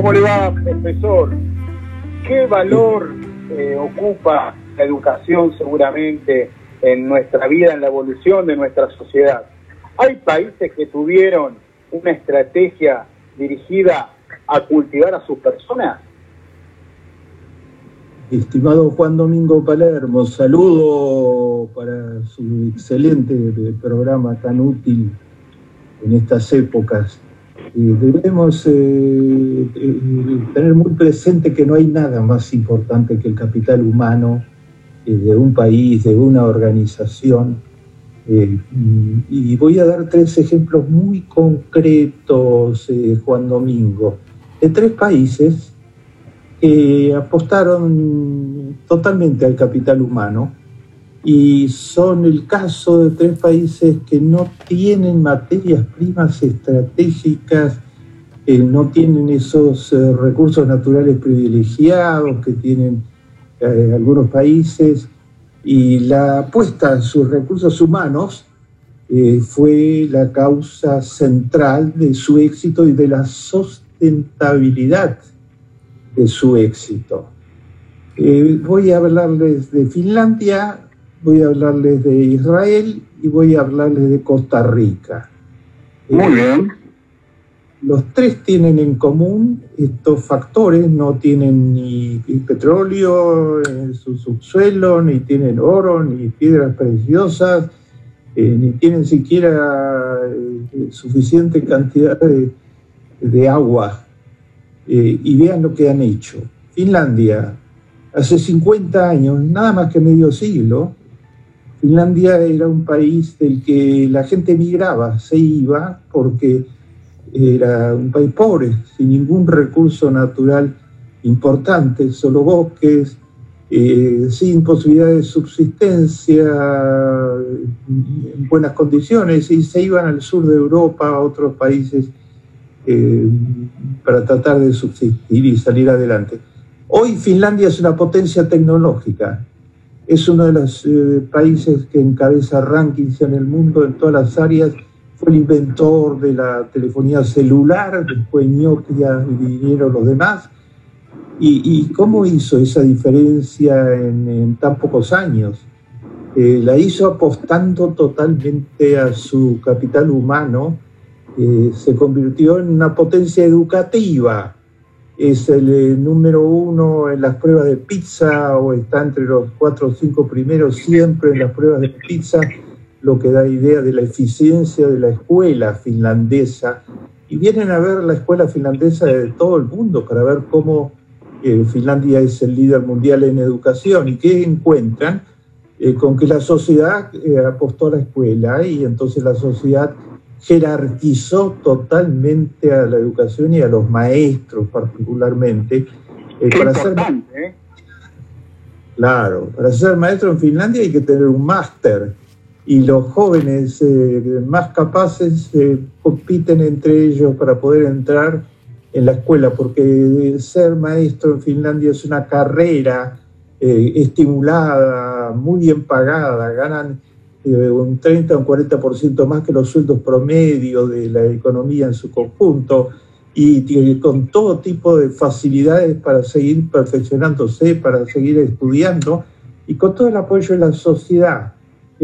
¿Cómo le va, profesor? ¿Qué valor ocupa la educación seguramente en nuestra vida, en la evolución de nuestra sociedad? ¿Hay países que tuvieron una estrategia dirigida a cultivar a sus personas? Estimado Juan Domingo Palermo, saludo para su excelente programa tan útil en estas épocas. Debemos tener muy presente que no hay nada más importante que el capital humano de un país, de una organización. Y voy a dar 3 ejemplos muy concretos, Juan Domingo, de 3 países que apostaron totalmente al capital humano, y son el caso de 3 países que no tienen materias primas estratégicas, no tienen esos recursos naturales privilegiados que tienen algunos países, y la apuesta a sus recursos humanos fue la causa central de su éxito y de la sustentabilidad de su éxito. Voy a hablarles de Finlandia, voy a hablarles de Israel y voy a hablarles de Costa Rica. Muy bien. Los 3 tienen en común estos factores: no tienen ni petróleo en su subsuelo, ni tienen oro, ni piedras preciosas, ni tienen siquiera suficiente cantidad de agua. Y vean lo que han hecho. Finlandia, hace 50 años, nada más que medio siglo, Finlandia era un país del que la gente emigraba, se iba, porque era un país pobre, sin ningún recurso natural importante, solo bosques, sin posibilidad de subsistencia, en buenas condiciones, y se iban al sur de Europa, a otros países, para tratar de subsistir y salir adelante. Hoy Finlandia es una potencia tecnológica, es uno de los países que encabeza rankings en el mundo en todas las áreas. Fue el inventor de la telefonía celular, después Nokia y vinieron los demás. ¿Y cómo hizo esa diferencia en tan pocos años? La hizo apostando totalmente a su capital humano. Se convirtió en una potencia educativa. Es el número 1 en las pruebas de PISA, o está entre los 4 o 5 primeros siempre en las pruebas de PISA, lo que da idea de la eficiencia de la escuela finlandesa. Y vienen a ver la escuela finlandesa de todo el mundo para ver cómo Finlandia es el líder mundial en educación. ¿Y qué encuentran? Con que la sociedad apostó a la escuela, y entonces la sociedad jerarquizó totalmente a la educación y a los maestros particularmente. Para importante, Claro, para ser maestro en Finlandia hay que tener un máster, y los jóvenes más capaces compiten entre ellos para poder entrar en la escuela, porque ser maestro en Finlandia es una carrera estimulada, muy bien pagada, ganan un 30 o un 40% más que los sueldos promedio de la economía en su conjunto, y con todo tipo de facilidades para seguir perfeccionándose, para seguir estudiando, y con todo el apoyo de la sociedad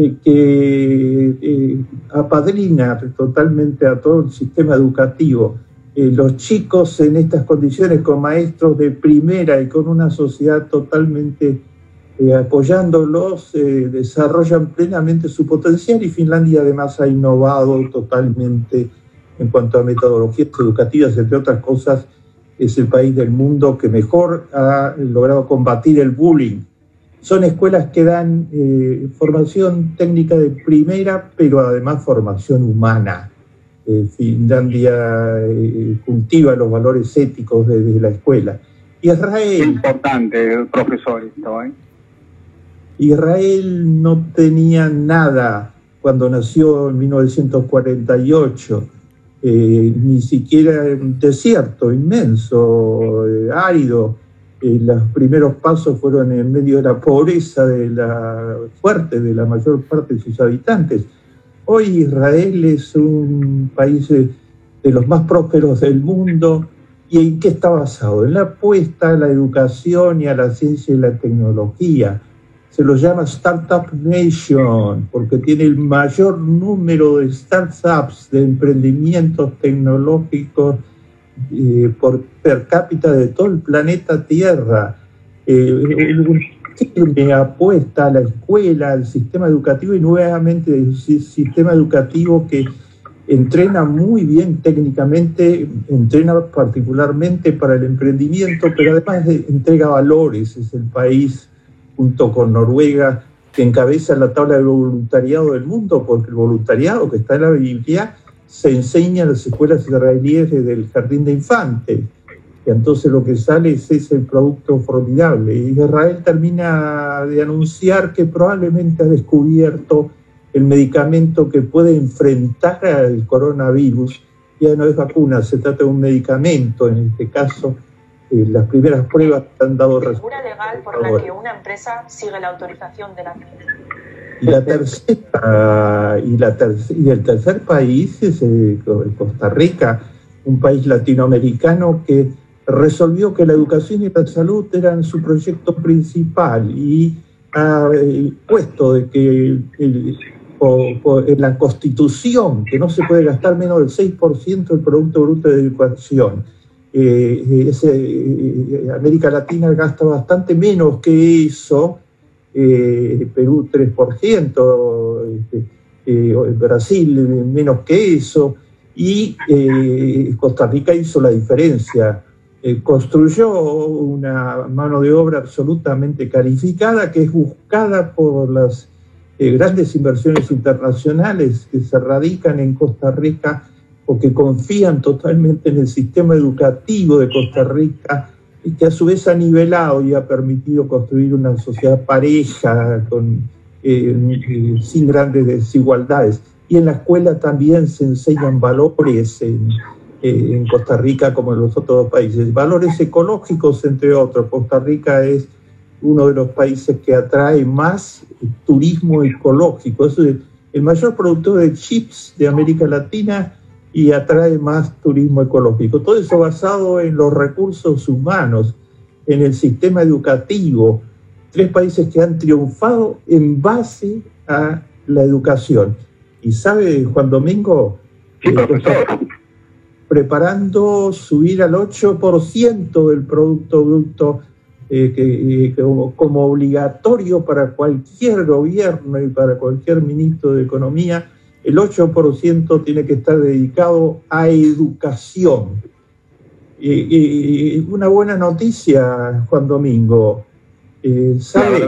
que apadrina totalmente a todo el sistema educativo. Los chicos en estas condiciones, con maestros de primera y con una sociedad totalmente apoyándolos, desarrollan plenamente su potencial, y Finlandia además ha innovado totalmente en cuanto a metodologías educativas. Entre otras cosas, es el país del mundo que mejor ha logrado combatir el bullying. Son escuelas que dan formación técnica de primera, pero además formación humana. Finlandia cultiva los valores éticos desde la escuela. Israel, importante, profesor, esto, Israel no tenía nada cuando nació en 1948, ni siquiera un desierto inmenso, árido. Los primeros pasos fueron en medio de la pobreza fuerte de la mayor parte de sus habitantes. Hoy Israel es un país de los más prósperos del mundo, ¿Y en qué está basado? En la apuesta a la educación y a la ciencia y la tecnología. Se lo llama Startup Nation porque tiene el mayor número de startups, de emprendimientos tecnológicos por per cápita de todo el planeta Tierra. Me apuesta a la escuela, al sistema educativo y nuevamente el sistema educativo que entrena muy bien técnicamente, entrena particularmente para el emprendimiento, pero además entrega valores. Es el país, junto con Noruega, que encabeza la tabla del voluntariado del mundo, porque el voluntariado que está en la Biblia se enseña en las escuelas israelíes desde el jardín de infantes. Y entonces lo que sale es ese producto formidable. Y Israel termina de anunciar que probablemente ha descubierto el medicamento que puede enfrentar al coronavirus. Ya no es vacuna, se trata de un medicamento. En este caso, las primeras pruebas han dado resultados. ¿Figura legal por la que una empresa sigue la autorización de la Y el tercer país es Costa Rica, un país latinoamericano que resolvió que la educación y la salud eran su proyecto principal y ha puesto de que en la Constitución que no se puede gastar menos del 6% del Producto Bruto de Educación. América Latina gasta bastante menos que eso, Perú 3%, Brasil menos que eso, y Costa Rica hizo la diferencia. Construyó una mano de obra absolutamente calificada que es buscada por las grandes inversiones internacionales que se radican en Costa Rica o que confían totalmente en el sistema educativo de Costa Rica y que a su vez ha nivelado y ha permitido construir una sociedad pareja sin grandes desigualdades. Y en la escuela también se enseñan valores en Costa Rica como en los otros dos países, valores ecológicos entre otros. Costa Rica es uno de los países que atrae más turismo ecológico, es el mayor productor de chips de América Latina y atrae más turismo ecológico. Todo eso basado en los recursos humanos, en el sistema educativo. 3 países que han triunfado en base a la educación. Y sabe, Juan Domingo, sí, profesor, preparando subir al 8% del Producto Bruto como obligatorio para cualquier gobierno y para cualquier ministro de Economía. El 8% tiene que estar dedicado a educación. Una buena noticia, Juan Domingo. ¿Sabe?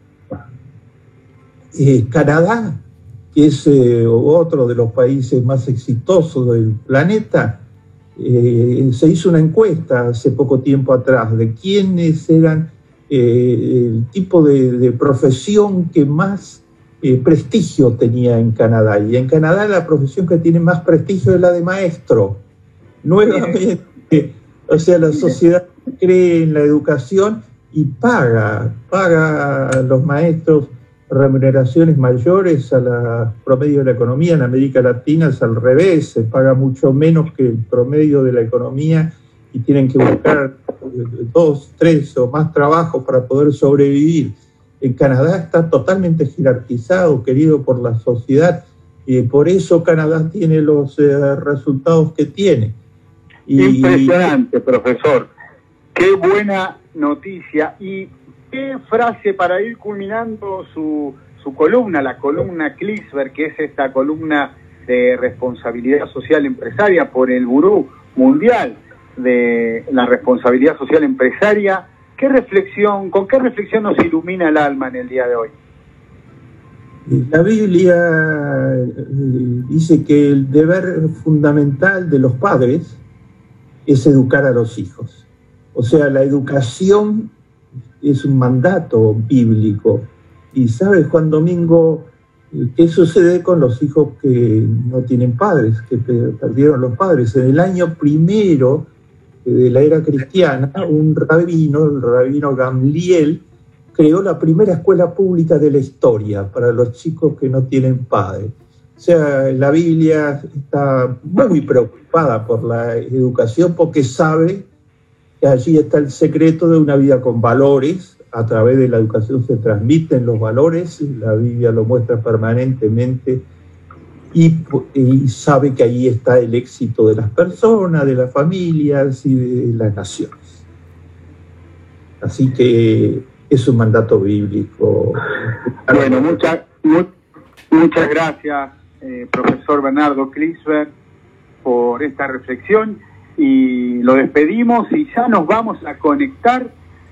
Canadá, que es otro de los países más exitosos del planeta, se hizo una encuesta hace poco tiempo atrás de quiénes eran el tipo de profesión que más prestigio tenía en Canadá. Y en Canadá la profesión que tiene más prestigio es la de maestro. Nuevamente, o sea, la sociedad cree en la educación y paga a los maestros remuneraciones mayores a la promedio de la economía. En América Latina es al revés, se paga mucho menos que el promedio de la economía y tienen que buscar 2, 3 o más trabajos para poder sobrevivir. En Canadá está totalmente jerarquizado, querido por la sociedad, y por eso Canadá tiene los resultados que tiene. Impresionante, profesor. Qué buena noticia. Y qué frase para ir culminando su columna, la columna Klicksberg, que es esta columna de responsabilidad social empresaria por el Buró Mundial de la Responsabilidad Social Empresaria. ¿Con qué reflexión nos ilumina el alma en el día de hoy? La Biblia dice que el deber fundamental de los padres es educar a los hijos. O sea, la educación es un mandato bíblico. Y ¿sabe, Juan Domingo, qué sucede con los hijos que no tienen padres, que perdieron los padres? En el año primero de la era cristiana, un rabino, el rabino Gamliel, creó la primera escuela pública de la historia para los chicos que no tienen padres. O sea, la Biblia está muy preocupada por la educación porque sabe que allí está el secreto de una vida con valores. A través de la educación se transmiten los valores, la Biblia lo muestra permanentemente y sabe que ahí está el éxito de las personas, de las familias y de las naciones. Así que es un mandato bíblico. Bueno, muchas gracias, profesor Bernardo Klinsberg, por esta reflexión, y lo despedimos y ya nos vamos a conectar